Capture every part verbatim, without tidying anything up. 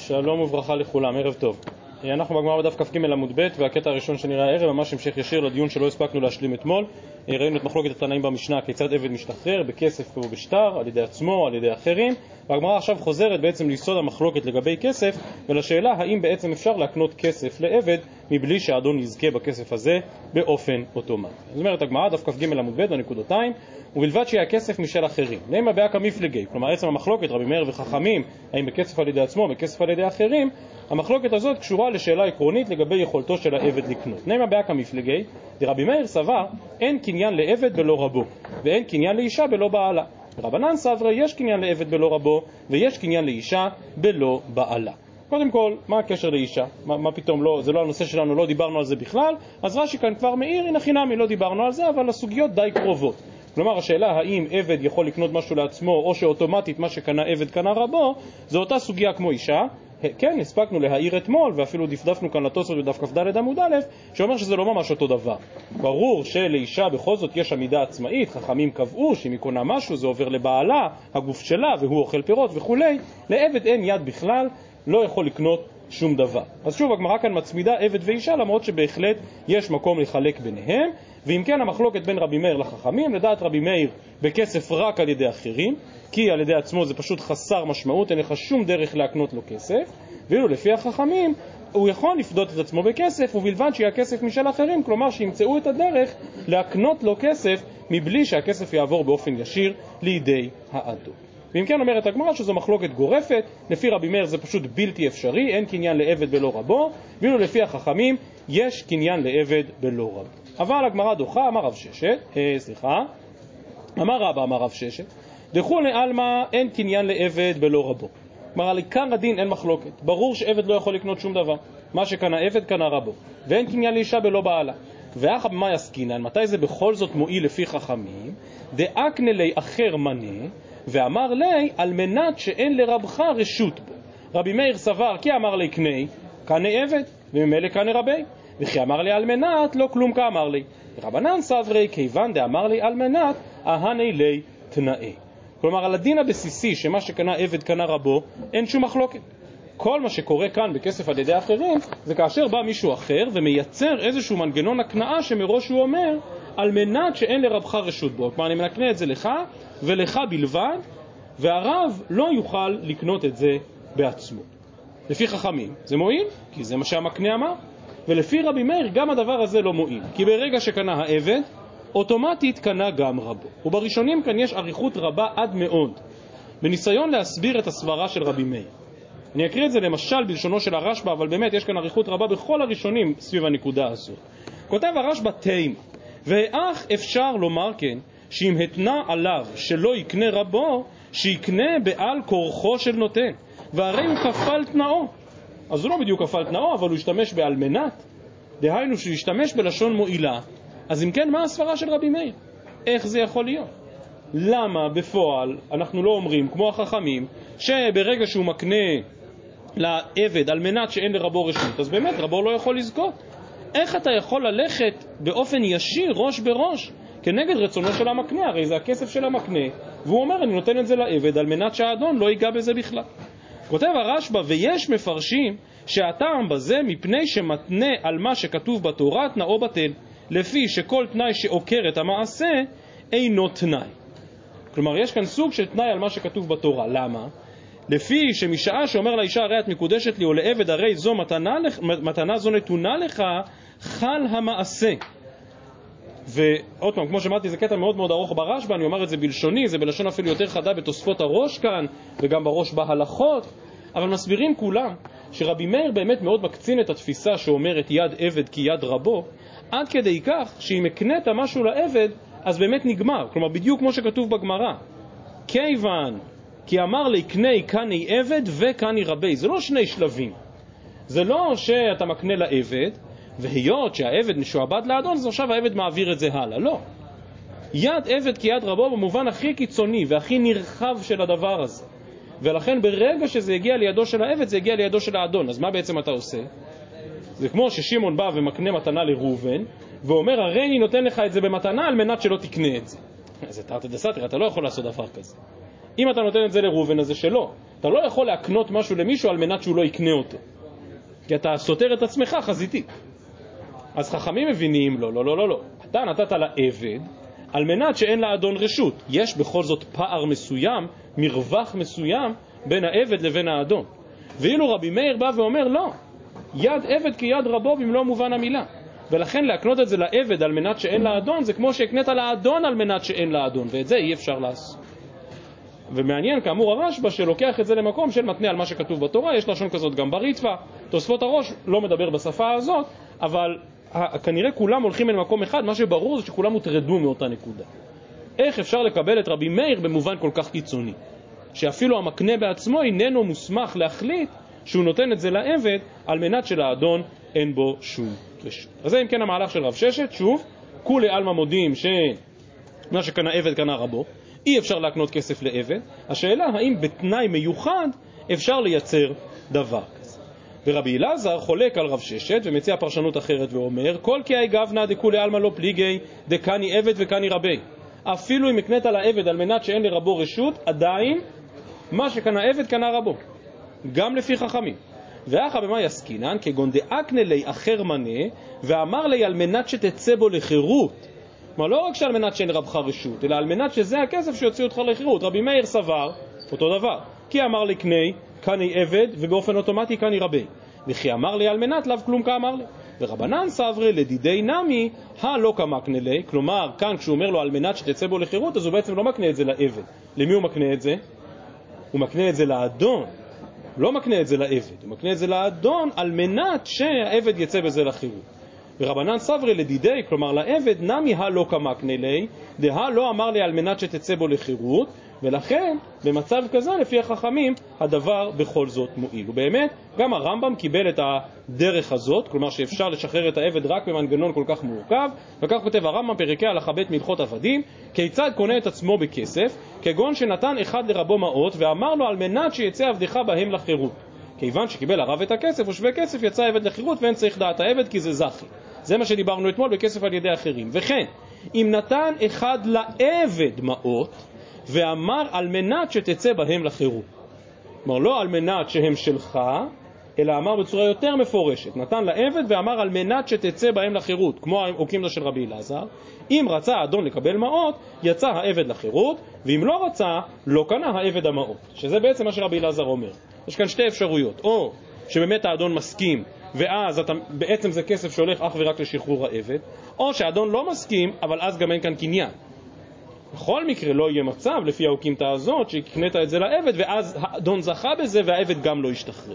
שלום וברכה לכולם, ערב טוב. אנחנו בגמרא בדף כ"ג עמוד ב', והקטע הראשון שנראה הערב ממש המשך ישיר לדיון שלא הספקנו להשלים אתמול. ראינו את מחלוקת התנאים במשנה כיצד עבד משתחרר, בכסף או בשטר, על ידי עצמו או על ידי אחרים. והגמרא עכשיו חוזרת בעצם ליסוד המחלוקת לגבי כסף, ולשאלה האם בעצם אפשר להקנות כסף לעבד מבלי שהאדון יזכה בכסף הזה באופן אוטומטי. זאת אומרת הגמרא דף כ"ג עמוד ב' בנקודותיים, ובלבד שיהיה כסף משל אחרים. למה בעיה כמפלגי, כלומר עצם המחלוקת רבי מאיר וחכמים, האם בכסף על ידי עצמו, בכסף על ידי אחרים, המחלוקת הזאת קשורה לשאלה עקרונית לגבי יכולתו של העבד לקנות. נעמה בעיה כמפלגי, רבי מאיר סבר, אין קניין לעבד בלא רבו, ואין קניין לאישה בלא בעלה. רבנן סברי, יש קניין לעבד בלא רבו, ויש קניין לאישה בלא בעלה. קודם כל, מה הקשר לאישה? מה, מה פתאום לא, זה לא הנושא שלנו, לא דיברנו על זה בכלל, אז רש"י כאן כבר מאיר, הנה חינמי, לא דיברנו על זה, אבל הסוגיות די קרובות. כלומר, השאלה האם עבד יכול לקנות משהו לעצמו, או שאוטומטית מה שקנה עבד קנה רבו, זו אותה סוגיה כמו אישה. כן, הספקנו להעיר אתמול, ואפילו דפדפנו כאן לתוספות בדף כ"ד עמוד א', שאומר שזה לא ממש אותו דבר. ברור שלאישה בכל זאת יש עמידה עצמאית, חכמים קבעו שאם היא קונה משהו זה עובר לבעלה, הגוף שלה, והוא אוכל פירות וכולי. לעבד אין יד בכלל, לא יכול לקנות שום דבר. אז שוב, הגמרא כאן מצמידה עבד ואישה, למרות שבהחלט יש מקום לחלק ביניהם. ואם כן, המחלוקת בין רבי מאיר לחכמים, לדעת רבי מאיר בכסף רק על ידי אחרים, כי על ידי עצמו זה פשוט חסר משמעות, אין לך שום דרך להקנות לו כסף, ואילו לפי החכמים הוא יכול לפדות את עצמו בכסף, ובלבד שיהיה כסף משל אחרים, כלומר שימצאו את הדרך להקנות לו כסף מבלי שהכסף יעבור באופן ישיר לידי האדון. ואם כן אומרת הגמרא שזו מחלוקת גורפת, לפי רבי מאיר זה פשוט בלתי אפשרי, אין קניין לעבד בלא רבו, ואילו לפי החכמים יש קניין לעבד בלא רבו. אבל הגמרא דוחה, אמר רב ששת, אה, סליחה, אמר רבא, אמר רב ששת, דחוני עלמא אין קניין לעבד בלא רבו. כלומר, על עיקר הדין אין מחלוקת. ברור שעבד לא יכול לקנות שום דבר. מה שקנה עבד קנה רבו. ואין קניין לאישה בלא בעלה. ואחא במאי עסקינן, מתי זה בכל זאת מועיל לפי חכמים? דאקנה לי אחר מנה, ואמר לי על מנת שאין לרבך רשות בו. רבי מאיר סבר, כי אמר לי קנה, קנה עבד, וממילא קנה רבי. וכי אמר לי על מנת, לא כלום כאמר לי. רבנן סברי, כיוון דאמר לי על מנת, אהני לי תנאי. כלומר, על הדין הבסיסי שמה שקנה עבד קנה רבו, אין שום מחלוקת. כל מה שקורה כאן בכסף על ידי אחרים, זה כאשר בא מישהו אחר ומייצר איזשהו מנגנון הקנאה שמראש הוא אומר, על מנת שאין לרבך רשות בו. כלומר, אני מנקנה את זה לך ולך בלבד, והרב לא יוכל לקנות את זה בעצמו. לפי חכמים, זה מועיל, כי זה מה שהמקנה אמר. ולפי רבי מאיר גם הדבר הזה לא מועיל, כי ברגע שקנה העבד, אוטומטית קנה גם רבו. ובראשונים כאן יש אריכות רבה עד מאוד, בניסיון להסביר את הסברה של רבי מאיר. אני אקריא את זה למשל בלשונו של הרשב"א, אבל באמת יש כאן אריכות רבה בכל הראשונים סביב הנקודה הזאת. כותב הרשב"א תימה, ואך אפשר לומר כן, שאם התנה עליו שלא יקנה רבו, שיקנה בעל כורחו של נותן, והרי הוא כפל תנאו. אז הוא לא בדיוק כפל תנאו, אבל הוא השתמש בעל מנת, דהיינו שהוא השתמש בלשון מועילה. אז אם כן, מה הסברה של רבי מאיר? איך זה יכול להיות? למה בפועל אנחנו לא אומרים, כמו החכמים, שברגע שהוא מקנה לעבד על מנת שאין לרבו רשות, אז באמת רבו לא יכול לזכות? איך אתה יכול ללכת באופן ישיר, ראש בראש, כנגד רצונו של המקנה? הרי זה הכסף של המקנה, והוא אומר, אני נותן את זה לעבד על מנת שהאדון לא ייגע בזה בכלל. כותב הרשב"א, ויש מפרשים שהטעם בזה מפני שמתנה על מה שכתוב בתורה תנאו בטל, לפי שכל תנאי שעוקר את המעשה אינו תנאי. כלומר, יש כאן סוג של תנאי על מה שכתוב בתורה. למה? לפי שמשעה שאומר לאישה הרי את מקודשת לי, או לעבד הרי זו מתנה, מתנה זו נתונה לך, חל המעשה. ועוד פעם, כמו שאמרתי, זה קטע מאוד מאוד ארוך ברשב"א, אני אומר את זה בלשוני, זה בלשון אפילו יותר חדה בתוספות הראש כאן, וגם בראש בהלכות, אבל מסבירים כולם שרבי מאיר באמת מאוד מקצין את התפיסה שאומרת יד עבד כי יד רבו, עד כדי כך שאם הקנית משהו לעבד, אז באמת נגמר. כלומר, בדיוק כמו שכתוב בגמרא, כיוון כי אמר לי קני קני עבד וקני רבי. זה לא שני שלבים. זה לא שאתה מקנה לעבד, והיות שהעבד משועבד לאדון, אז עכשיו העבד מעביר את זה הלאה. לא. יד עבד כי יד רבו במובן הכי קיצוני והכי נרחב של הדבר הזה. ולכן ברגע שזה הגיע לידו של העבד, זה הגיע לידו של האדון. אז מה בעצם אתה עושה? זה כמו ששימון בא ומקנה מתנה לראובן, ואומר, הרי אני נותן לך את זה במתנה על מנת שלא תקנה את זה. זה תרתי דסתרי, אתה לא יכול לעשות דבר כזה. אם אתה נותן את זה לראובן, אז זה שלו. אתה לא יכול להקנות משהו למישהו על מנת שהוא לא יקנה אותו, כי אתה סותר את עצמך חזיתית. אז חכמים מבינים, לא, לא, לא, לא, לא. אתה נתת לעבד על מנת שאין לאדון רשות. יש בכל זאת פער מסוים, מרווח מסוים, בין העבד לבין האדון. ואילו רבי מאיר בא ואומר, לא, יד עבד כיד רבו במלוא מובן המילה. ולכן להקנות את זה לעבד על מנת שאין לאדון, זה כמו שהקנית לאדון על מנת שאין לאדון, ואת זה אי אפשר לעשות. ומעניין כאמור הרשב"א שלוקח את זה למקום של מתנה על מה שכתוב בתורה, יש לשון כזאת גם בריטב"א, תוספות הראש לא מדבר בשפה הזאת, אבל כנראה כולם הולכים אל מקום אחד, מה שברור זה שכולם הוטרדו מאותה נקודה. איך אפשר לקבל את רבי מאיר במובן כל כך קיצוני? שאפילו המקנה בעצמו איננו מוסמך להחליט שהוא נותן את זה לעבד על מנת שלאדון אין בו שום רשות. אז זה אם כן המהלך של רב ששת, שוב, כולי עלמא מודים שמה שקנה עבד קנה רבו, אי אפשר להקנות כסף לעבד. השאלה האם בתנאי מיוחד אפשר לייצר דבר כזה. ורבי אלעזר חולק על רב ששת ומציע פרשנות אחרת ואומר, כל כי אי גבנה דכולי עלמא לא פליגי דקני עבד וקני רבי. אפילו אם הקנית על העבד על מנת שאין לרבו רשות, עדיין מה שקנה עבד קנה רבו, גם לפי חכמים. ואחא במה יסקינן כגון דאקנה לי אחר מנה ואמר לי על מנת שתצא בו לחירות. כלומר לא רק שעל מנת שאין לרבך רשות, אלא על מנת שזה הכסף שיוציא אותך לחירות. רבי מאיר סבר אותו דבר, כי אמר לי קני קני עבד ובאופן אוטומטי קני רבי, וכי אמר לי על מנת לאו כלום כאמר לי. ורבנן סברי לדידי נמי הלא כמקנה לי, כלומר כאן כשהוא אומר לו על מנת שתצא בו לחירות, אז הוא בעצם לא מקנה את זה לעבד. למי הוא מקנה את זה? הוא מקנה את זה לאדון, לא מקנה את זה לעבד, הוא מקנה את זה לאדון על מנת שהעבד יצא בזה לחירות. ורבנן סברי לדידי, כלומר לעבד, נמי הלא כמקנה לי, דה לא אמר לי על מנת שתצא בו לחירות, ולכן במצב כזה לפי החכמים הדבר בכל זאת מועיל. ובאמת גם הרמב"ם קיבל את הדרך הזאת, כלומר שאפשר לשחרר את העבד רק במנגנון כל כך מורכב, וכך כותב הרמב"ם פרקי הלכה ב' מהלכות עבדים, כיצד קונה את עצמו בכסף, כגון שנתן אחד לרבו מעות ואמר לו על מנת שיצא עבדך בהם לחירות. כיוון שקיבל הרב את הכסף או שווה כסף יצא עבד לחירות ואין צריך דעת העבד כי זה זכי. זה מה שדיברנו אתמול בכסף על ידי אחרים. וכן אם נתן אחד לעבד מעות ואמר על מנת שתצא בהם לחירות, כלומר לא על מנת שהם שלך, אלא אמר בצורה יותר מפורשת, נתן לעבד ואמר על מנת שתצא בהם לחירות, כמו האוקימתא של רבי אלעזר. אם רצה האדון לקבל מעות, יצא העבד לחירות, ואם לא רצה, לא קנה העבד המעות. שזה בעצם מה שרבי אלעזר אומר. יש כאן שתי אפשרויות, או שבאמת האדון מסכים, ואז אתה, בעצם זה כסף שהולך אך ורק לשחרור העבד, או שהאדון לא מסכים, אבל אז גם אין כאן קניין. בכל מקרה לא יהיה מצב לפי האוקימתא הזאת שקנית את זה לעבד ואז האדון זכה בזה והעבד גם לא ישתחרר.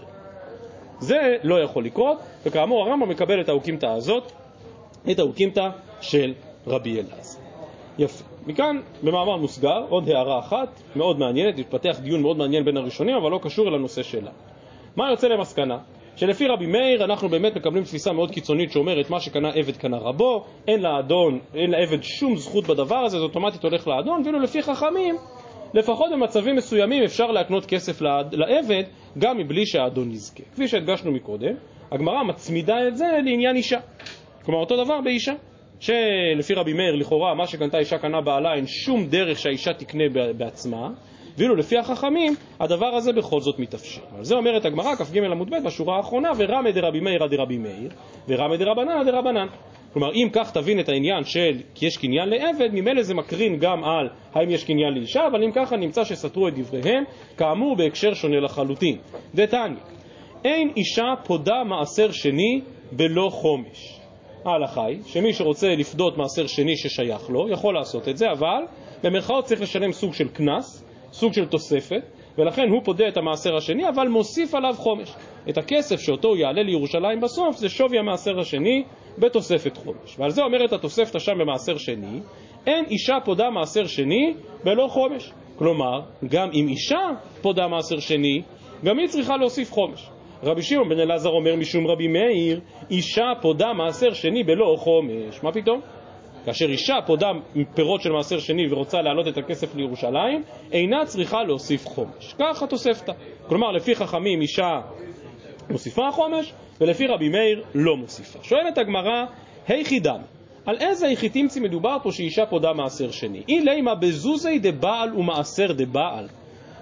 זה לא יכול לקרות, וכאמור הרמב"ם מקבל את האוקימתא הזאת, את האוקימתא של רבי אלעזר. יפה. מכאן במאמר מוסגר עוד הערה אחת מאוד מעניינת, התפתח דיון מאוד מעניין בין הראשונים אבל לא קשור אל הנושא שלה. מה יוצא למסקנה? שלפי רבי מאיר אנחנו באמת מקבלים תפיסה מאוד קיצונית שאומרת מה שקנה עבד קנה רבו, אין לאדון, אין לעבד שום זכות בדבר הזה, זה אוטומטית הולך לאדון. ואילו לפי חכמים, לפחות במצבים מסוימים אפשר להקנות כסף לעבד גם מבלי שהאדון יזכה. כפי שהדגשנו מקודם, הגמרא מצמידה את זה לעניין אישה. כלומר אותו דבר באישה, שלפי רבי מאיר לכאורה מה שקנתה אישה קנה בעלה, אין שום דרך שהאישה תקנה בעצמה, ואילו לפי החכמים הדבר הזה בכל זאת מתאפשר. על זה אומרת הגמרא כ"ג עמוד ב' בשורה האחרונה, ורמא דרבי מאיר דרבי מאיר ורמא דרבנן דרבנן. כלומר אם כך תבין את העניין של כי יש קניין לעבד, ממילא זה מקרין גם על האם יש קניין לאישה, אבל אם ככה נמצא שסתרו את דבריהם, כאמור בהקשר שונה לחלוטין. דתניא, אין אישה פודה מעשר שני בלא חומש. ההלכה היא שמי שרוצה לפדות מעשר שני ששייך לו יכול לעשות את זה, אבל במרכאות צריך לשלם סוג של קנס, סוג של תוספת, ולכן הוא פודה את המעשר השני אבל מוסיף עליו חומש. את הכסף שאותו יעלה לירושלים בסוף זה שווי המעשר השני בתוספת חומש. ועל זה אומרת התוספתא שם במעשר שני, אין אישה פודה מעשר שני בלא חומש. כלומר גם אם אישה פודה מעשר שני גם היא צריכה להוסיף חומש. רבי שמעון בן אלעזר אומר משום רבי מאיר, אישה פודה מעשר שני בלא חומש. מה פתאום? כאשר אישה פודה פירות של מעשר שני ורוצה להעלות את הכסף לירושלים, אינה צריכה להוסיף חומש. כך התוספתא. כלומר לפי חכמים אישה מוסיפה חומש, ולפי רבי מאיר לא מוסיפה. שואלת הגמרא, היכי דמי, על איזה היכי תמצי מדובר פה שאישה פודה מעשר שני? אי לימה בזוזי דבעל ומעשר דבעל.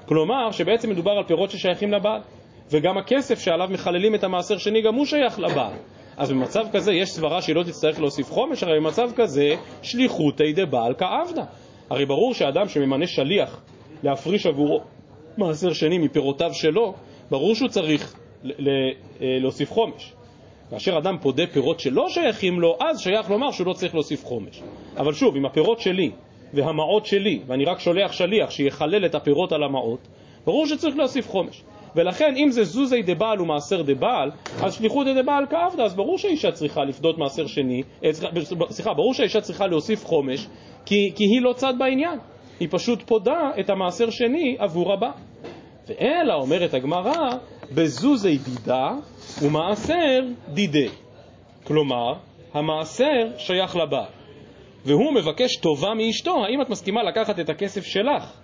כלומר שבעצם מדובר על פירות ששייכים לבעל, וגם הכסף שעליו מחללים את המעשר שני גם הוא שייך לבעל. אז במצב כזה יש סברה שהיא לא תצטרך להוסיף חומש, הרי במצב כזה שליחותי דבעל כעבדה. הרי ברור שאדם שממנה שליח להפריש עבורו מעשר שני מפירותיו שלו, ברור שהוא צריך להוסיף חומש. כאשר אדם פודה פירות שלא שייכים לו, אז שייך לומר שהוא לא צריך להוסיף חומש. אבל שוב, אם הפירות שלי והמעות שלי, ואני רק שולח שליח שיחלל את הפירות על המעות, ברור שצריך להוסיף חומש. ולכן אם זה זוזי דבעל ומעשר דבעל, אז שליחות דבעל כעבדה, אז ברור שהאישה צריכה לפדות מעשר שני, סליחה, ברור שהאישה צריכה להוסיף חומש, כי, כי היא לא צד בעניין. היא פשוט פודה את המעשר שני עבור הבא. ואלה אומרת הגמרא, בזוזי דידה ומעשר דידי. כלומר, המעשר שייך לבעל, והוא מבקש טובה מאשתו. האם את מסכימה לקחת את הכסף שלך,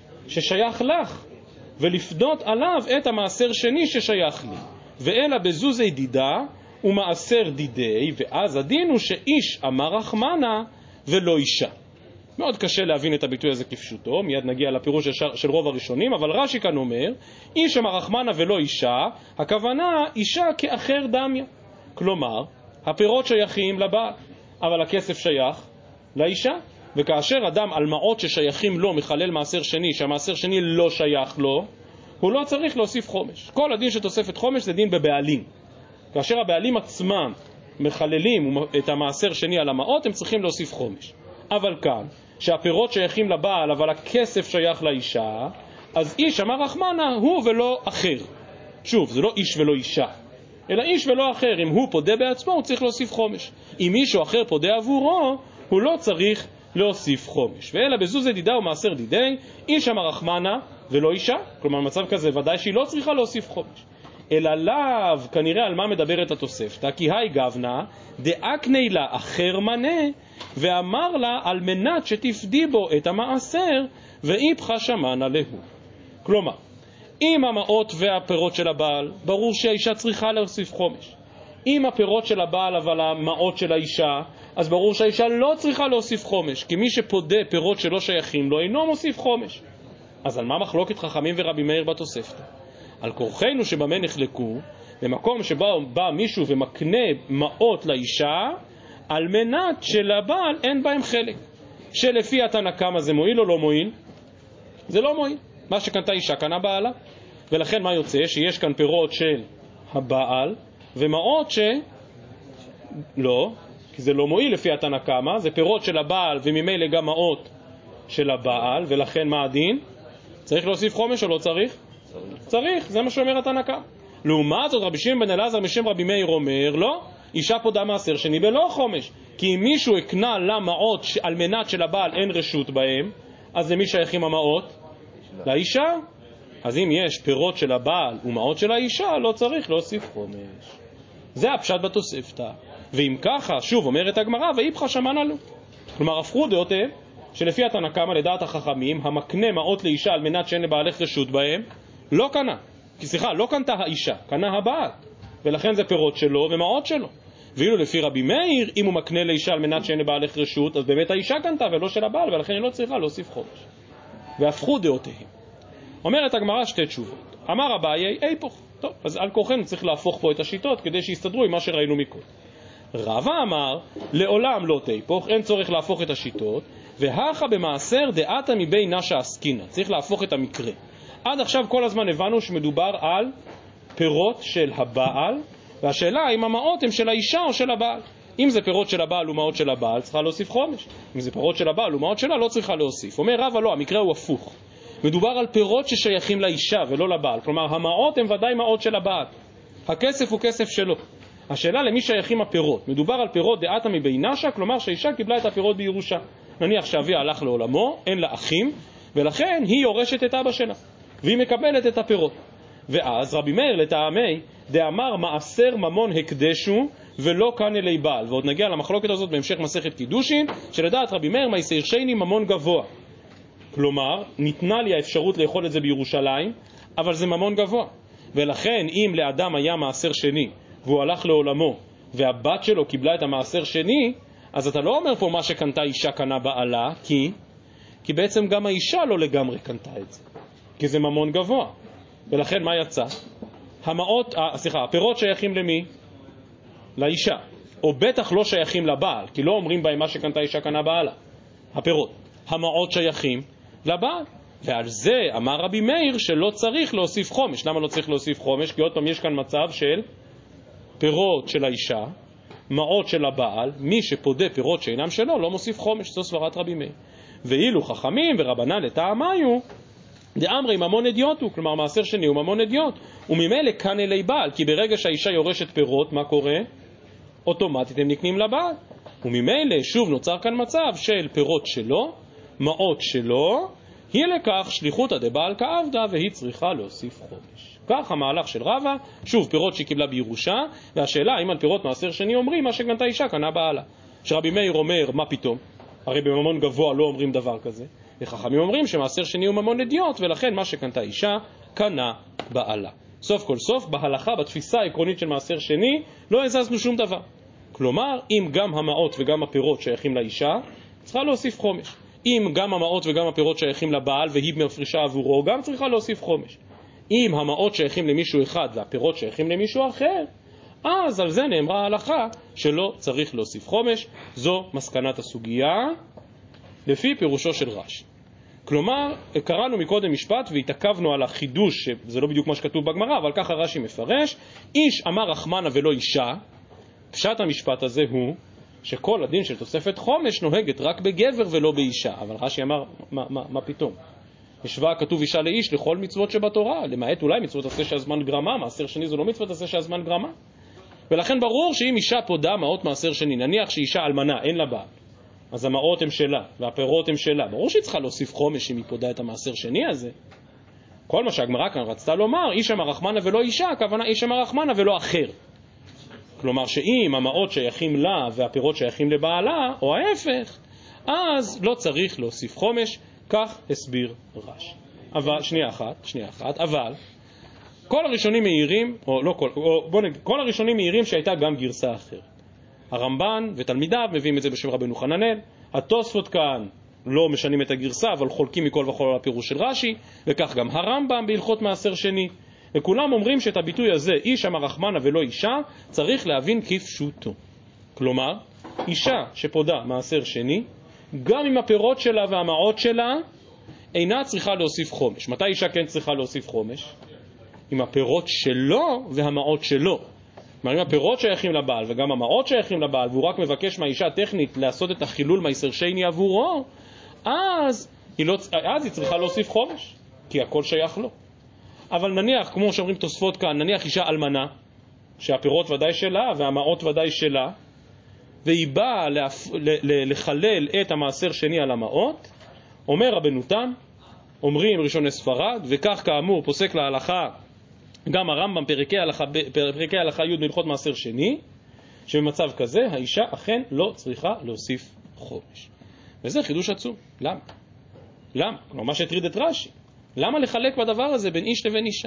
ששייך לך, ולפדות עליו את המעשר שני ששייך לי? ואלה בזוזי דידה ומעשר דידי, ואז הדין הוא שאיש אמר רחמנה ולא אישה. מאוד קשה להבין את הביטוי הזה כפשוטו, מיד נגיע לפירוש של רוב הראשונים, אבל רש"י כאן אומר, איש אמר רחמנה ולא אישה, הכוונה אישה כאחר דמיה. כלומר, הפירות שייכים לבעל, אבל הכסף שייך לאישה. וכאשר אדם על מעות ששייכים לו מחלל מעשר שני, שהמעשר שני לא שייך לו, הוא לא צריך להוסיף חומש. כל הדין שתוספת חומש זה דין בבעלים. כאשר הבעלים עצמם מחללים את המעשר שני על המעות, הם צריכים להוסיף חומש. אבל כאן, שהפירות שייכים לבעל, אבל הכסף שייך לאישה, אז איש אמר רחמנה הוא ולא אחר. שוב, זה לא איש ולא אישה, אלא איש ולא אחר. אם הוא פודה בעצמו, הוא צריך להוסיף חומש. אם מישהו אחר פודה עבורו, הוא לא צריך להוסיף חומש. ואלה בזוזי דידה ומעשר דידי, איש אמר רחמנה ולא אישה. כלומר, במצב כזה ודאי שהיא לא צריכה להוסיף חומש. אלא לאו, כנראה על מה מדברת התוספתא, כי היי גבנה דאקני לה אחר מנה, ואמר לה על מנת שתפדי בו את המעשר, ואיפכה שמנה להו. כלומר, אם המעות והפירות של הבעל, ברור שהאישה צריכה להוסיף חומש. אם הפירות של הבעל אבל המעות של האישה, אז ברור שהאישה לא צריכה להוסיף חומש, כי מי שפודה פירות שלא שייכים לו אינו מוסיף חומש. אז על מה מחלוקת חכמים ורבי מאיר בתוספתא? על כורחנו שבמה נחלקו, במקום שבא בא מישהו ומקנה מעות לאישה, על מנת שלבעל אין בהם חלק. שלפי התנא קמא זה מועיל או לא מועיל? זה לא מועיל. מה שקנתה אישה קנה בעלה. ולכן מה יוצא? שיש כאן פירות של הבעל ומעות ש... לא, כי זה לא מועיל לפי התנא קמא, זה פירות של הבעל וממילא גם מעות של הבעל, ולכן מה הדין? צריך להוסיף חומש או לא צריך? צריך, זה מה שאומר התנא קמא. לעומת זאת רבי שמעון בן אלעזר משם רבי מאיר אומר, לא, אישה פודה מעשר שני בלא חומש, כי אם מישהו הקנה לה מעות על מנת שלבעל אין רשות בהם, אז למי שייכים המעות? לאישה. אז אם יש פירות של הבעל ומעות של האישה, לא צריך להוסיף חומש. זה הפשט בתוספתא. ואם ככה, שוב אומרת הגמרא, ואיפכה שמנה לו. כלומר, הפכו דעותיהם, שלפי התנא קמא לדעת החכמים, המקנה מעות לאישה על מנת שאין לבעלך רשות בהם, לא קנה. כי סליחה, לא קנתה האישה, קנה הבעל. ולכן זה פירות שלו ומעות שלו. ואילו לפי רבי מאיר, אם הוא מקנה לאישה על מנת שאין לבעלך רשות, אז באמת האישה קנתה ולא של הבעל, ולכן היא לא צריכה להוסיף חומש. והפכו דעותיהם. אומרת הגמרא שתי תשובות. אמר אביי, היפוך. טוב, אז על כורחנו צריך להפוך פה את השיטות כדי שיסתדרו עם מה שראינו מקודם. רבא אמר, לעולם לא תהפוך, אין צורך להפוך את השיטות, והכה במעשר דעתה מבין נשה עסקינא. צריך להפוך את המקרה. עד עכשיו כל הזמן הבנו שמדובר על פירות של הבעל, והשאלה אם המעות הם של האישה או של הבעל. אם זה פירות של הבעל ומעות של הבעל, צריכה להוסיף חומש. אם זה פירות של הבעל ומעות שלה, לא צריכה להוסיף. אומר רבא לא, המקרה הוא הפוך. מדובר על פירות ששייכים לאישה ולא לבעל. כלומר, המעות הם ודאי מעות של הבעל. הכסף הוא כסף שלו. השאלה למי שייכים הפירות. מדובר על פירות דעתה מבין נשה, כלומר שהאישה קיבלה את הפירות בירושה. נניח שאביה הלך לעולמו, אין לה אחים, ולכן היא יורשת את אבא שלה. והיא מקבלת את הפירות. ואז רבי מאיר לטעמי דאמר מעשר ממון הקדשו ולא כאן אלי בעל. ועוד נגיע למחלוקת הזאת בהמשך מסכת קידושין, שלדעת רבי מאיר מייסר שני ממון גבוה. כלומר, ניתנה לי האפשרות לאכול את זה בירושלים, אבל זה ממון גבוה. ולכן אם לאדם היה מעשר שני והוא הלך לעולמו והבת שלו קיבלה את המעשר שני, אז אתה לא אומר פה מה שקנתה אישה קנה בעלה, כי כי בעצם גם האישה לא לגמרי קנתה את זה. כי זה ממון גבוה. ולכן מה יצא? המעות, סליחה, הפירות שייכים למי? לאישה. או בטח לא שייכים לבעל, כי לא אומרים בהם מה שקנתה אישה קנה בעלה. הפירות. המעות שייכים לבעל. ועל זה אמר רבי מאיר שלא צריך להוסיף חומש. למה לא צריך להוסיף חומש? כי עוד פעם יש כאן מצב של פירות של האישה, מעות של הבעל, מי שפודה פירות שאינם שלו לא מוסיף חומש. זו סברת רבי מאיר. ואילו חכמים ורבנן לטעמיו דאמרי ממון אדיוט הוא, כלומר מעשר שני הוא ממון אדיוט, וממילא כאן אלי בעל, כי ברגע שהאישה יורשת פירות, מה קורה? אוטומטית הם נקנים לבעל. וממילא שוב נוצר כאן מצב של פירות שלו, מעות שלו, היא לכך שליחותא דבעל כעבדא, והיא צריכה להוסיף חומש. כך המהלך של רבא, שוב פירות שהיא קיבלה בירושה, והשאלה האם על פירות מעשר שני אומרים מה שקנתה אישה קנה בעלה. שרבי מאיר אומר מה פתאום? הרי בממון גבוה לא אומרים דבר כזה. וחכמים אומרים שמעשר שני הוא ממון אדיוט, ולכן מה שקנתה אישה קנה בעלה. סוף כל סוף בהלכה, בתפיסה העקרונית של מעשר שני, לא הזזנו שום דבר. כלומר, אם גם המעות וגם הפירות שייכים לאישה, צריכה להוסיף חומש. אם גם המעות וגם הפירות שייכים לבעל והיא מפרישה עבורו, גם צריכה להוסיף חומש. אם המעות שייכים למישהו אחד והפירות שייכים למישהו אחר, אז על זה נאמרה ההלכה שלא צריך להוסיף חומש. זו מסקנת הסוגיה לפי פירושו של רש"י. כלומר, קראנו מקודם משפט והתעכבנו על החידוש, שזה לא בדיוק מה שכתוב בגמרא, אבל ככה רש"י מפרש, איש אמר רחמנה ולא אישה. פשט המשפט הזה הוא שכל הדין של תוספת חומש נוהגת רק בגבר ולא באישה. אבל רש"י אמר, מה, מה, מה פתאום? השווה כתוב אישה לאיש לכל מצוות שבתורה, למעט אולי מצוות עשה שהזמן גרמה, מעשר שני זו לא מצוות עשה שהזמן גרמה. ולכן ברור שאם אישה פודה מעות מעשר שני, נניח שאישה אלמנה, אין לה בעל, אז המעות הם שלה והפירות הם שלה. ברור שהיא צריכה להוסיף חומש אם היא פודה את המעשר שני הזה. כל מה שהגמרא כאן רצתה לומר, איש אמר רחמנה ולא אישה, הכוונה איש אמר רחמנה ולא אחר. כלומר שאם המעות שייכים לה והפירות שייכים לבעלה, או ההפך, אז לא צריך להוסיף חומש. כך הסביר רש"י. אבל, שנייה אחת, שנייה אחת, אבל כל הראשונים מעירים, או לא כל, או בוא נגיד, כל הראשונים מעירים שהייתה גם גרסה אחרת. הרמב"ן ותלמידיו מביאים את זה בשם רבנו חננאל, התוספות כאן לא משנים את הגרסה, אבל חולקים מכל וכל על הפירוש של רש"י, וכך גם הרמב"ם בהלכות מעשר שני. וכולם אומרים שאת הביטוי הזה, איש אמר רחמנה ולא אישה, צריך להבין כפשוטו. כלומר, אישה שפודה מעשר שני, גם עם הפירות שלה והמעות שלה, אינה צריכה להוסיף חומש. מתי אישה כן צריכה להוסיף חומש? עם הפירות שלו והמעות שלו. כלומר, אם הפירות שייכים לבעל וגם המעות שייכים לבעל, והוא רק מבקש מהאישה טכנית לעשות את החילול מעשר שני עבורו, אז היא, לא, אז היא צריכה להוסיף חומש, כי הכל שייך לו. אבל נניח, כמו שאומרים תוספות כאן, נניח אישה אלמנה, שהפירות ודאי שלה והמעות ודאי שלה, והיא באה להפ... לחלל את המעשר שני על המעות, אומר רבנו תם, אומרים ראשוני ספרד, וכך כאמור פוסק להלכה גם הרמב"ם פרקי הלכה, פרקי הלכה י' בהלכות מעשר שני, שבמצב כזה האישה אכן לא צריכה להוסיף חומש. וזה חידוש עצום. למה? למה? כלומר, מה שהטריד את רש"י. למה לחלק בדבר הזה בין איש לבין אישה?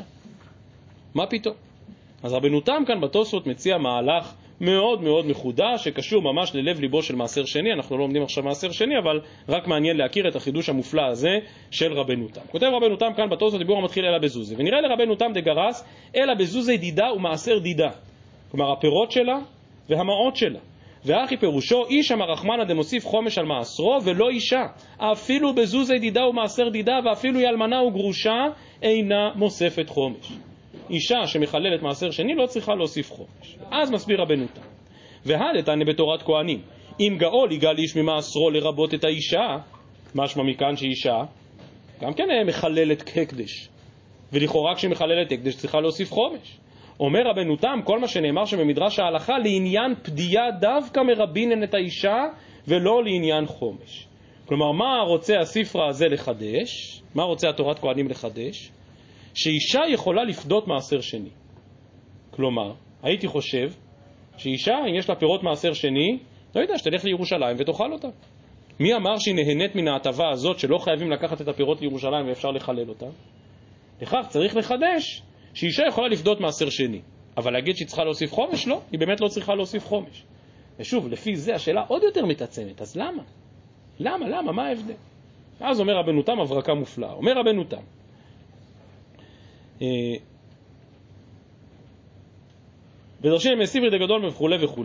מה פתאום? אז רבנו תם כאן בתוספות מציע מהלך מאוד מאוד מחודש, שקשור ממש ללב ליבו של מעשר שני. אנחנו לא לומדים עכשיו מעשר שני, אבל רק מעניין להכיר את החידוש המופלא הזה של רבנו תם. כותב רבנו תם כאן בתוספות דיבור המתחיל אלא בזוזה, ונראה לרבנו תם דגרס אלא בזוזה דידה ומעשר דידה, כלומר הפירות שלה והמעות שלה. ואחי פירושו איש אמר רחמנה דמוסיף חומש על מעשרו ולא אישה, אפילו בזוזה דידה ומעשר דידה, ואפילו היא אלמנה וגרושה אינה מוספת חומש. אישה שמחללת מעשר שני לא צריכה להוסיף חומש. אז מסביר רבנו תם, והדתני בתורת כהנים, אם גאול יגאל איש ממעשרו לרבות את האישה, משמע מכאן שאישה גם כן מחללת הקדש, ולכאורה כשהיא מחללת הקדש צריכה להוסיף חומש. אומר רבנו תם, כל מה שנאמר שבמדרש ההלכה לעניין פדייה דווקא מרבינן את האישה ולא לעניין חומש. כלומר, מה רוצה הספרה הזה לחדש? מה רוצה התורת כהנים לחדש? שאישה יכולה לפדות מעשר שני. כלומר, הייתי חושב שאישה, אם יש לה פירות מעשר שני, לא יודע, שתלך לירושלים ותאכל אותה. מי אמר שהיא נהנית מן ההטבה הזאת שלא חייבים לקחת את הפירות לירושלים ואפשר לחלל אותה? לכך צריך לחדש שאישה יכולה לפדות מעשר שני. אבל להגיד שהיא צריכה להוסיף חומש? לא, היא באמת לא צריכה להוסיף חומש. ושוב, לפי זה השאלה עוד יותר מתעצמת. אז למה? למה? למה? מה ההבדל? אז אומר רבנו תם הברקה מופלאה. אומר רבנו תם, ודרשי מסיברי דגדול וכו' וכו'.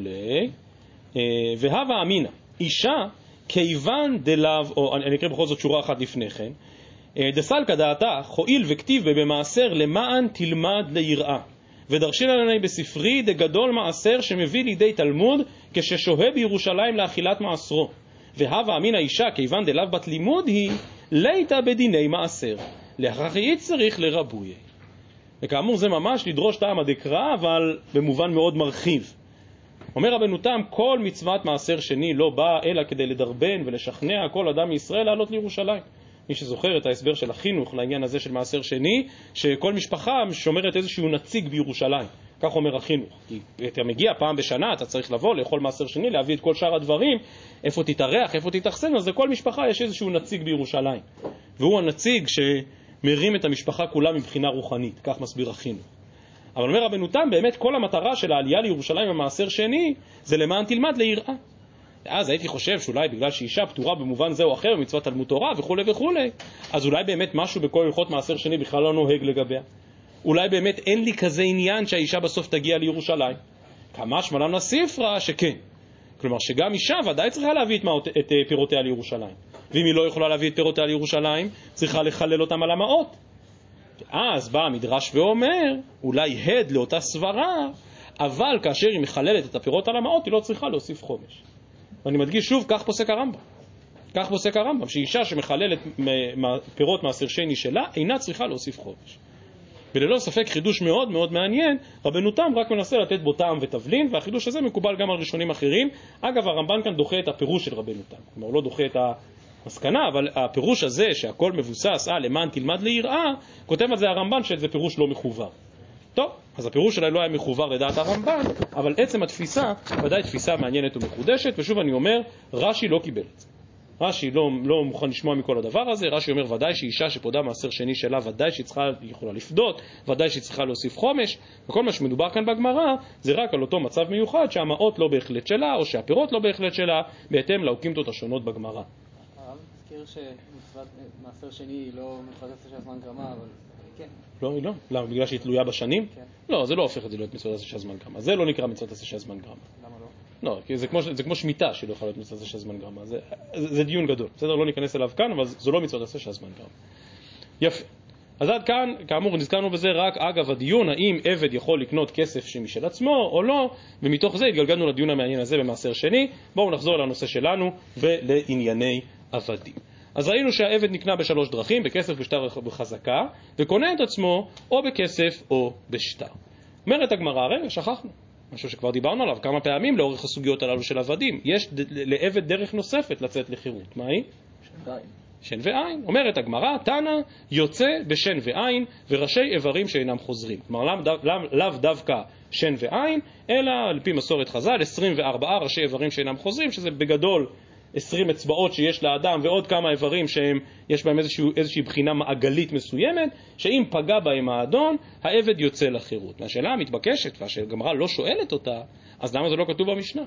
והווה אמינה, אישה כיוון דלאו, או אני אקרא בכל זאת שורה אחת לפני כן, דסלקא דעתה, חועיל וכתיב במעשר למען תלמד ליראה. ודרשי לנו בספרי דגדול מעשר שמביא לידי תלמוד כששוהה בירושלים לאכילת מעשרו. והווה אמינא אישה כיוון דלאו בת לימוד היא ליתא בדיני מעשר. לאחר היא צריך לרבויה. וכאמור זה ממש לדרוש טעם הדקרא, אבל במובן מאוד מרחיב. אומר רבנו תם, כל מצוות מעשר שני לא באה אלא כדי לדרבן ולשכנע כל אדם מישראל לעלות לירושלים. מי שזוכר את ההסבר של החינוך לעניין הזה של מעשר שני, שכל משפחה שומרת איזשהו נציג בירושלים. כך אומר החינוך. כי אתה מגיע פעם בשנה, אתה צריך לבוא לאכול מעשר שני, להביא את כל שאר הדברים, איפה תתארח, איפה תתאכסן, אז לכל משפחה יש איזשהו נציג בירושלים. והוא הנציג שמרים את המשפחה כולה מבחינה רוחנית, כך מסביר החינוך. אבל אומר רבנו תם, באמת כל המטרה של העלייה לירושלים במעשר שני, זה למען תלמד ליראה. אז הייתי חושב שאולי בגלל שאישה פטורה במובן זה או אחר במצוות תלמוד תורה וכו' וכו', אז אולי באמת משהו בכל הלכות מעשר שני בכלל לא נוהג לגביה. אולי באמת אין לי כזה עניין שהאישה בסוף תגיע לירושלים. כמה שמלן הספרה שכן. כלומר שגם אישה ודאי צריכה להביא את, מאות, את פירותיה לירושלים. ואם היא לא יכולה להביא את פירותיה לירושלים, צריכה לחלל אותם על המעות. אז בא המדרש ואומר, אולי הד לאותה סברה, אבל כאשר היא מחללת את הפירות על המעות, היא לא צריכה להוסיף חומש. ואני מדגיש שוב, כך פוסק הרמב"ם. כך פוסק הרמב"ם, שאישה שמחללת פירות מעשר שני שלה, אינה צריכה להוסיף חומש. וללא ספק חידוש מאוד מאוד מעניין, רבנו תם רק מנסה לתת בו טעם ותבלין, והחידוש הזה מקובל גם על ראשונים אחרים. אגב, הרמב"ן כאן דוחה את הפירוש של רבנו תם. כלומר, הוא לא דוחה את המסקנה, אבל הפירוש הזה שהכל מבוסס על למען תלמד ליראה, כותב על זה הרמב"ן שזה פירוש לא מחובר. טוב, אז הפירוש שלה לא היה מחובר לדעת הרמב"ן, אבל עצם התפיסה ודאי תפיסה מעניינת ומחודשת, ושוב אני אומר, רש"י לא קיבל את זה. רש"י לא, לא מוכן לשמוע מכל הדבר הזה. רש"י אומר ודאי שאישה שפודה מעשר שני שלה, ודאי שהיא צריכה, היא יכולה לפדות, ודאי שהיא צריכה להוסיף חומש, וכל מה שמדובר כאן בגמרא זה רק על אותו מצב מיוחד שהמעות לא בהחלט שלה, או שהפירות לא בהחלט שלה, בהתאם לאוקימתות השונות בגמרא. הרב הזכיר שמצוות מעשר שני היא לא מצוות עשה של הזמן גרמה, אבל כן. לא, היא לא. למה? בגלל שהיא תלויה בשנים? כן. לא, זה לא הופך את זה להיות מצוות עשה של הזמן גרמה. זה לא נקרא מצוות עשה של הזמן גרמה. למה לא? לא, כי זה כמו, זה כמו שמיטה שלא יכולה להיות מצוות עשה של הזמן גרמה. זה, זה, זה דיון גדול. בסדר, לא ניכנס אליו כאן, אבל זו לא מצוות עשה של הזמן גרמה. יפה. אז עד כאן, כאמור, נזכרנו בזה רק אגב הדיון, האם עבד יכול לקנות כסף שמשל עצמו או לא, ומתוך זה התגלגלנו לדיון המעניין הזה במעשר שני. בואו נחזור לענושא שלנו ולענייני עבדים. אז ראינו שהעבד נקנה בשלוש דרכים, בכסף, בשטר ובחזקה, וקונה את עצמו או בכסף או בשטר. אומרת הגמרא, רגע, שכחנו. משהו שכבר דיברנו עליו כמה פעמים לאורך הסוגיות הללו של עבדים. יש לעבד דרך נוספת לצאת לחירות. מה היא? שן ועין. שן ועין. אומרת הגמרא, תנא יוצא בשן ועין וראשי איברים שאינם חוזרים. כלומר, לאו דווקא שן ועין, אלא על פי מסורת חז"ל, עשרים וארבעה ראשי איברים שאינם חוזרים, שזה בגדול עשרים אצבעות שיש לאדם ועוד כמה איברים שיש בהם איזושהי, איזושהי בחינה מעגלית מסוימת, שאם פגע בהם האדון, העבד יוצא לחירות. והשאלה המתבקשת, והגמרא לא שואלת אותה, אז למה זה לא כתוב במשנה?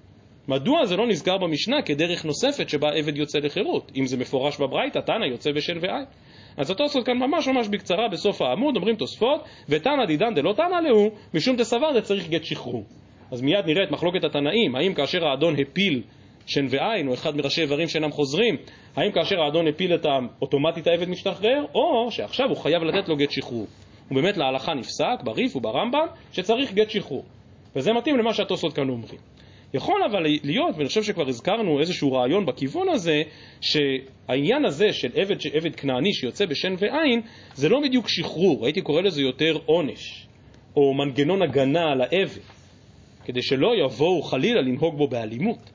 מדוע זה לא נזכר במשנה כדרך נוספת שבה העבד יוצא לחירות? אם זה מפורש בברייתא, תנא יוצא בשן ועין. אז התוספות כאן ממש ממש בקצרה בסוף העמוד, אומרים תוספות, ותנא דידן דלא תנא להו, משום דסבר דצריך גט שחרור. אז מיד נראה את מחלוקת התנאים, האם כאשר האדון הפיל שן ועין, או אחד מראשי איברים שאינם חוזרים, האם כאשר האדון הפיל אותם, אוטומטית העבד משתחרר, או שעכשיו הוא חייב לתת לו גט שחרור. ובאמת להלכה נפסק, בריף וברמב"ם, שצריך גט שחרור. וזה מתאים למה שהתוספות כאן אומרים. יכול אבל להיות, ואני חושב שכבר הזכרנו איזשהו רעיון בכיוון הזה, שהעניין הזה של עבד, עבד כנעני שיוצא בשן ועין, זה לא בדיוק שחרור, הייתי קורא לזה יותר עונש, או מנגנון הגנה על העבד, כדי שלא יבואו חלילה לנהוג בו באלימות.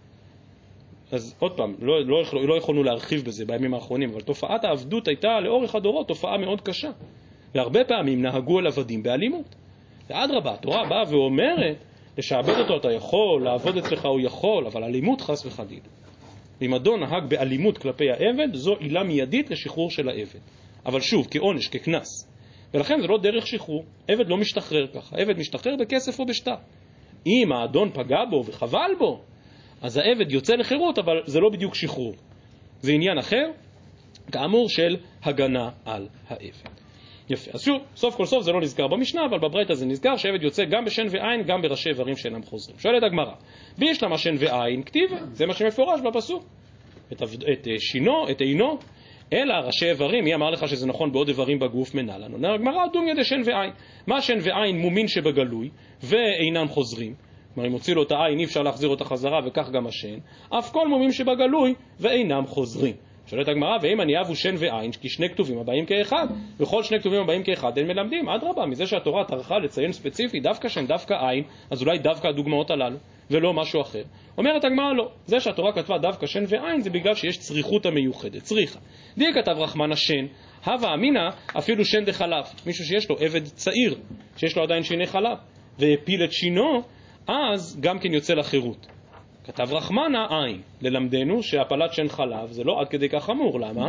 אז עוד פעם, לא, לא, לא יכולנו להרחיב בזה בימים האחרונים, אבל תופעת העבדות הייתה לאורך הדורות תופעה מאוד קשה. והרבה פעמים נהגו אל עבדים באלימות. ועד רבה, התורה באה ואומרת, לשעבד אותו אתה יכול, לעבוד אצלך הוא יכול, אבל אלימות חס וחלילה. אם אדון נהג באלימות כלפי העבד, זו עילה מיידית לשחרור של העבד. אבל שוב, כעונש, ככנס. ולכן זה לא דרך שחרור. עבד לא משתחרר ככה. עבד משתחרר בכסף או בשטר. אם האדון פגע בו וחבל בו, אז העבד יוצא לחירות, אבל זה לא בדיוק שחרור. זה עניין אחר, כאמור של הגנה על העבד. יפה. אז שוב, סוף כל סוף זה לא נזכר במשנה, אבל בברייתא זה נזכר שעבד יוצא גם בשן ועין, גם בראשי איברים שאינם חוזרים. שואלת הגמרא, בישלמה שן ועין כתיבה, זה מה שמפורש בפסוק. את, את שינו, את עינו, אלא ראשי איברים, מי אמר לך שזה נכון בעוד איברים בגוף מנה לנו? אומר הגמרא, דומיה דשן ועין. מה שן ועין מומין שבגלוי ואינם חוזרים? כלומר, אם הוציא לו את העין, אי אפשר להחזיר אותה חזרה, וכך גם השן. אף כל מומים שבגלוי ואינם חוזרים. שואלת הגמרא, ואם אני אהבו שן ועין, כי שני כתובים הבאים כאחד, וכל שני כתובים הבאים כאחד, הם מלמדים, אדרבה, מזה שהתורה טרחה לציין ספציפי, דווקא שן, דווקא עין, אז אולי דווקא הדוגמאות הללו, ולא משהו אחר. אומרת הגמרא, לא. זה שהתורה כתבה דווקא שן ועין, זה בגלל שיש צריכות המיוחדת, צריכה. די כתב רחמן השן, הווה אמינא, אפילו שן דחלב. מישהו שיש לו עבד צעיר, שיש לו עדיין שיני חלב, והפיל את שינו, אז גם כן יוצא לחירות. כתב רחמנה עין, ללמדנו שהפלת שן חלב זה לא עד כדי כך חמור. למה?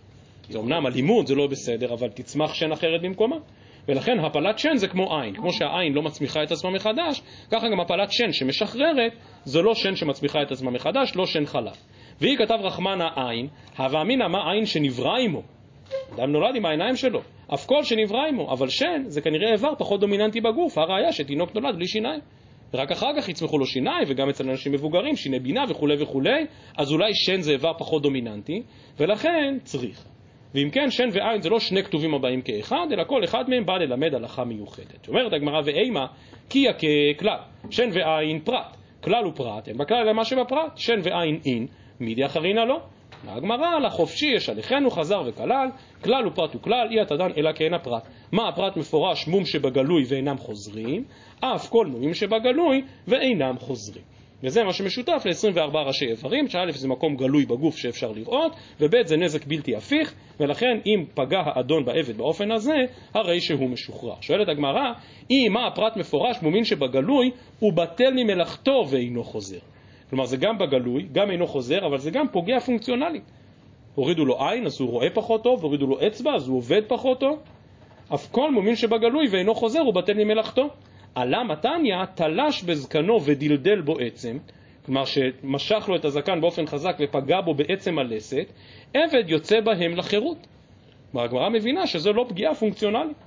זה אמנם הלימוד זה לא בסדר, אבל תצמח שן אחרת במקומה. ולכן הפלת שן זה כמו עין. כמו שהעין לא מצמיחה את עצמה מחדש, ככה גם הפלת שן שמשחררת, זה לא שן שמצמיחה את עצמה מחדש, לא שן חלב. והיא כתב רחמנה עין, הווה אמינא מה עין שנברא עמו. אדם נולד עם העיניים שלו, אף כל שנברא עמו, אבל שן זה כנראה איבר פחות דומיננטי בגוף, הראיה שתינוק נולד בלי שיניים. ורק אחר כך יצמחו לו שיניים, וגם אצל אנשים מבוגרים, שיני בינה וכו' וכו', אז אולי שן זה איבר פחות דומיננטי, ולכן צריך. ואם כן, שן ועין זה לא שני כתובים הבאים כאחד, אלא כל אחד מהם בא ללמד הלכה מיוחדת. אומרת הגמרא ואימה, כי ככלל, שן ועין פרט, כלל ופרט, הם בכלל למה שבפרט, שן ועין אין, מידי אחרינה לא. הגמרא, לחופשי יש עליכנו חזר וכלל, כלל ופרט וכלל, אי התדן אלא כאין הפרט. מה הפרט מפורש? מום שבגלוי ואינם חוזרים, אף כל מומים שבגלוי ואינם חוזרים. וזה מה שמשותף ל-עשרים וארבעה ראשי איברים, שא' זה מקום גלוי בגוף שאפשר לראות, וב' זה נזק בלתי הפיך, ולכן אם פגע האדון בעבד באופן הזה, הרי שהוא משוחרר. שואלת הגמרא, אם מה הפרט מפורש? מומין שבגלוי הוא בטל ממלאכתו ואינו חוזר. כלומר זה גם בגלוי, גם אינו חוזר, אבל זה גם פוגע פונקציונלי. הורידו לו עין, אז הוא רואה פחות טוב, הורידו לו אצבע, אז הוא עובד פחות טוב. אף כל מומין שבגלוי ואינו חוזר הוא בטל ממלאכתו. עלה מתניא, תלש בזקנו ודלדל בו עצם, כלומר שמשך לו את הזקן באופן חזק ופגע בו בעצם הלסת, עבד יוצא בהם לחירות. כלומר הגמרא מבינה שזו לא פגיעה פונקציונלית.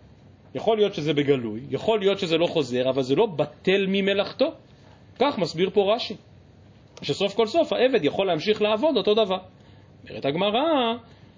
יכול להיות שזה בגלוי, יכול להיות שזה לא חוזר, אבל זה לא בטל ממלאכתו. כך מסביר פה רש"י, שסוף כל סוף העבד יכול להמשיך לעבוד אותו דבר. אומרת הגמרא,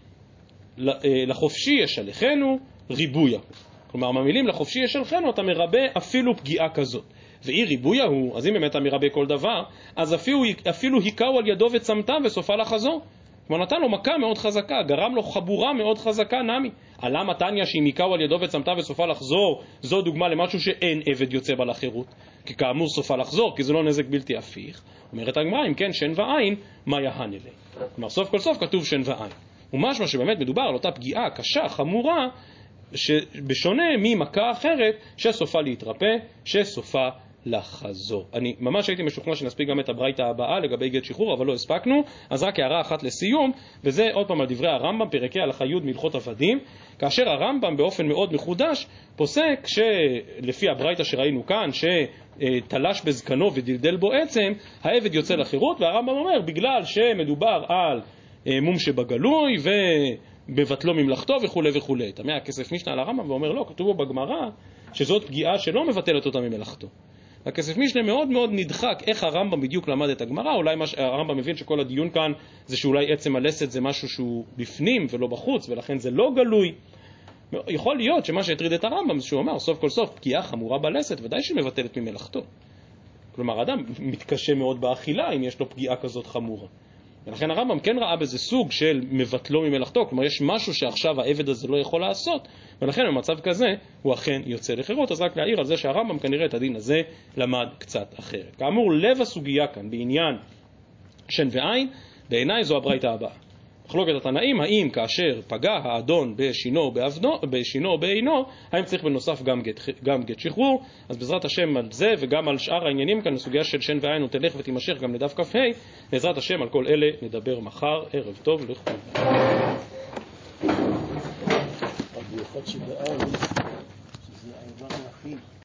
לחופשי יש עליכנו ריבויה. כלומר, מהמילים לחופשי יש עליכנו, אתה מרבה אפילו פגיעה כזאת. ואי ריבויה הוא, אז אם באמת אתה מרבה כל דבר, אז אפילו, אפילו היכאו על ידו וצמתם וסופה לחזור. כלומר, נתן לו מכה מאוד חזקה, גרם לו חבורה מאוד חזקה נמי. עלה מתניא שאם היכאו על ידו וצמתה וסופה לחזור, זו דוגמה למשהו שאין עבד יוצא בה לחירות. כי כאמור סופה לחזור, כי זה לא נזק בלתי הפיך. אומרת הגמרא, אם כן שן ועין, מה יהן אלי? כלומר, סוף כל סוף כתוב שן ועין. ומשמע שבאמת מדובר על אותה פגיעה קשה, חמורה, שבשונה ממכה אחרת, שסופה להתרפא, שסופה לחזור. אני ממש הייתי משוכנע שנספיק גם את הברייתא הבאה לגבי גט שחרור, אבל לא הספקנו, אז רק הערה אחת לסיום, וזה עוד פעם על דברי הרמב"ם, פרקי הלכה י' מהלכות עבדים, כאשר הרמב"ם באופן מאוד מחודש פוסק שלפי הברייתא שראינו כאן, שתלש בזקנו ודלדל בו עצם, העבד יוצא לחירות, והרמב"ם אומר, בגלל שמדובר על מום שבגלוי ובבטלו ממלכתו וכו' וכו'. תמה הכסף משנה על הרמב"ם ואומר לא, כתוב בו בגמרא שזאת פגיעה שלא מבטלת אותה ממלכתו. הכסף משנה מאוד מאוד נדחק איך הרמב"ם בדיוק למד את הגמרא. אולי מש... הרמב"ם מבין שכל הדיון כאן זה שאולי עצם הלסת זה משהו שהוא בפנים ולא בחוץ, ולכן זה לא גלוי. יכול להיות שמה שהטריד את הרמב"ם זה שהוא אומר סוף כל סוף פגיעה חמורה בלסת ודאי שמבטלת ממלכתו. כלומר אדם מתקשה מאוד באכילה אם יש לו פגיעה כזאת חמורה, ולכן הרמב"ם כן ראה בזה סוג של מבטלו ממלכתו. כלומר יש משהו שעכשיו העבד הזה לא יכול לעשות, ולכן במצב כזה הוא אכן יוצא לחירות. אז רק להעיר על זה שהרמב"ם כנראה את הדין הזה למד קצת אחרת. כאמור לב הסוגיה כאן בעניין שן ועין בעיניי זו הברייתא הבאה. מחלוקת התנאים, האם כאשר פגע האדון בשינו באבנו, בשינו בעינו, האם צריך בנוסף גם גט, גם גט שחרור. אז בעזרת השם על זה וגם על שאר העניינים כאן הסוגיה של שן ועין ותלך ותימשך גם לדף כ"ה. בעזרת השם על כל אלה נדבר מחר. ערב טוב לכולם. במיוחד שבארץ, שזה האיבר היחיד